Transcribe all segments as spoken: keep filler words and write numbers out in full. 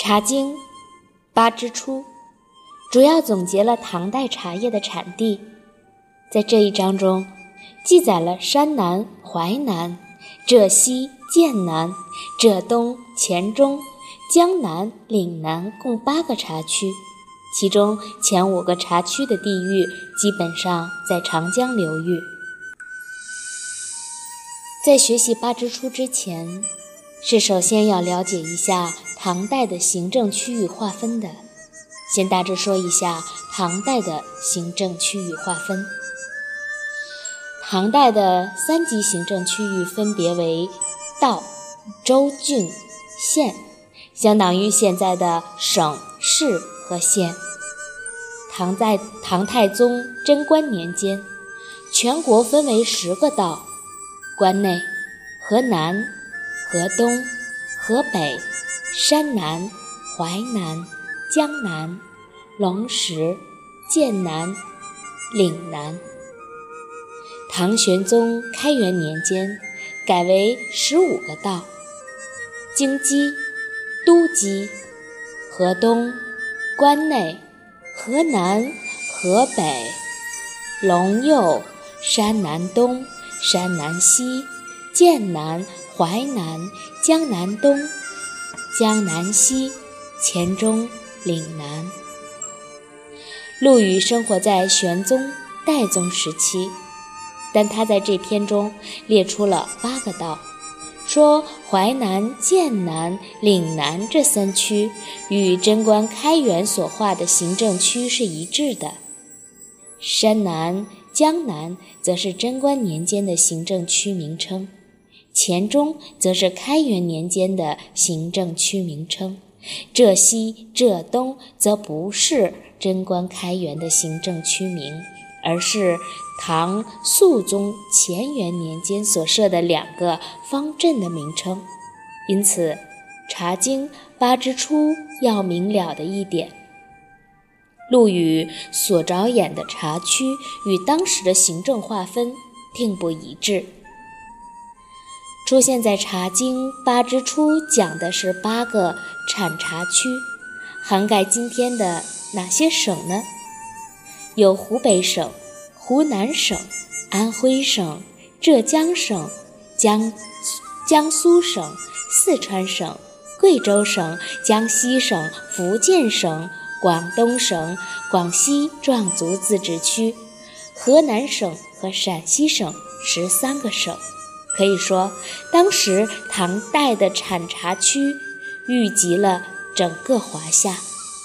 茶经八之初主要总结了唐代茶叶的产地，在这一章中记载了山南、淮南、浙西、剑南、浙东、黔中、江南、岭南共八个茶区，其中前五个茶区的地域基本上在长江流域。在学习八之初之前，是首先要了解一下唐代的行政区域划分的。先大致说一下唐代的行政区域划分。唐代的三级行政区域分别为道、州、郡、县，相当于现在的省、市和县。唐代唐太宗贞观年间，全国分为十个道：关内、河南、河东、河北、山南、淮南、江南、龙石、剑南、岭南。唐玄宗开元年间改为十五个道：京畿、都畿、河东、关内、河南、河北、陇右、山南东、山南西、剑南、淮南、江南东、江南西、黔中、岭南。陆羽生活在玄宗、代宗时期，但他在这篇中列出了八个道，说淮南、剑南、岭南这三区与贞观开元所划的行政区是一致的。山南、江南则是贞观年间的行政区名称，黔中则是开元年间的行政区名称，浙西、浙东则不是贞观开元的行政区名，而是唐肃宗乾元年间所设的两个方镇的名称。因此茶经八之初要明了的一点，陆羽所着眼的茶区与当时的行政划分并不一致。出现在茶经八之初讲的是八个产茶区，涵盖今天的哪些省呢？有湖北省、湖南省、安徽省、浙江省、江江苏省、四川省、贵州省、江西省、福建省、广东省、广西壮族自治区、河南省和陕西省十三个省。可以说，当时唐代的产茶区预及了整个华夏。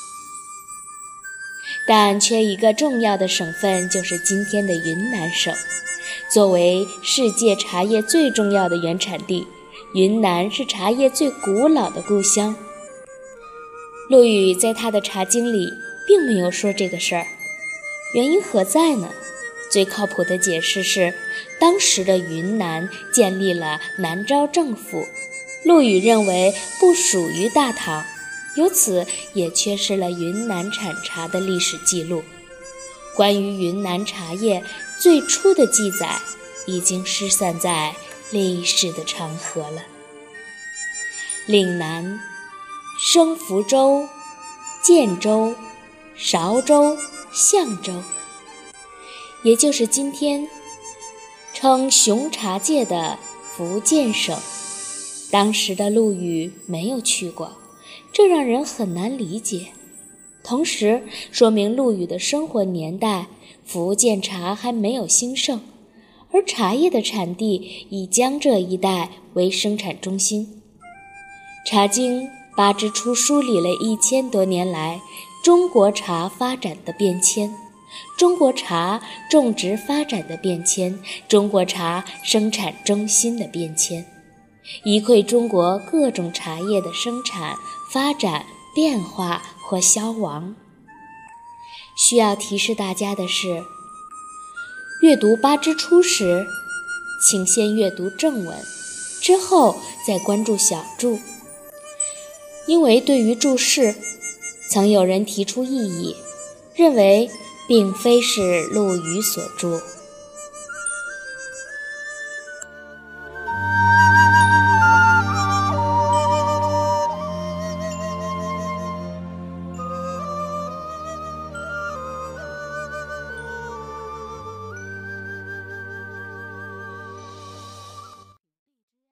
但缺一个重要的省份，就是今天的云南省。作为世界茶叶最重要的原产地，云南是茶叶最古老的故乡。陆羽在他的茶经里并没有说这个事儿，原因何在呢？最靠谱的解释是，当时的云南建立了南诏政府，陆羽认为不属于大唐，由此也缺失了云南产茶的历史记录。关于云南茶叶最初的记载已经失散在历史的长河了。岭南生福州、建州、韶州、象州，也就是今天称雄茶界的福建省。当时的陆羽没有去过，这让人很难理解，同时说明陆羽的生活年代福建茶还没有兴盛，而茶叶的产地以江浙一带为生产中心。茶经八之初梳理了一千多年来中国茶发展的变迁，中国茶种植发展的变迁，中国茶生产中心的变迁，一窥中国各种茶叶的生产、发展、变化或消亡。需要提示大家的是，阅读八之初时，请先阅读正文，之后再关注小注。因为对于注释，曾有人提出异议，认为并非是陆羽所著。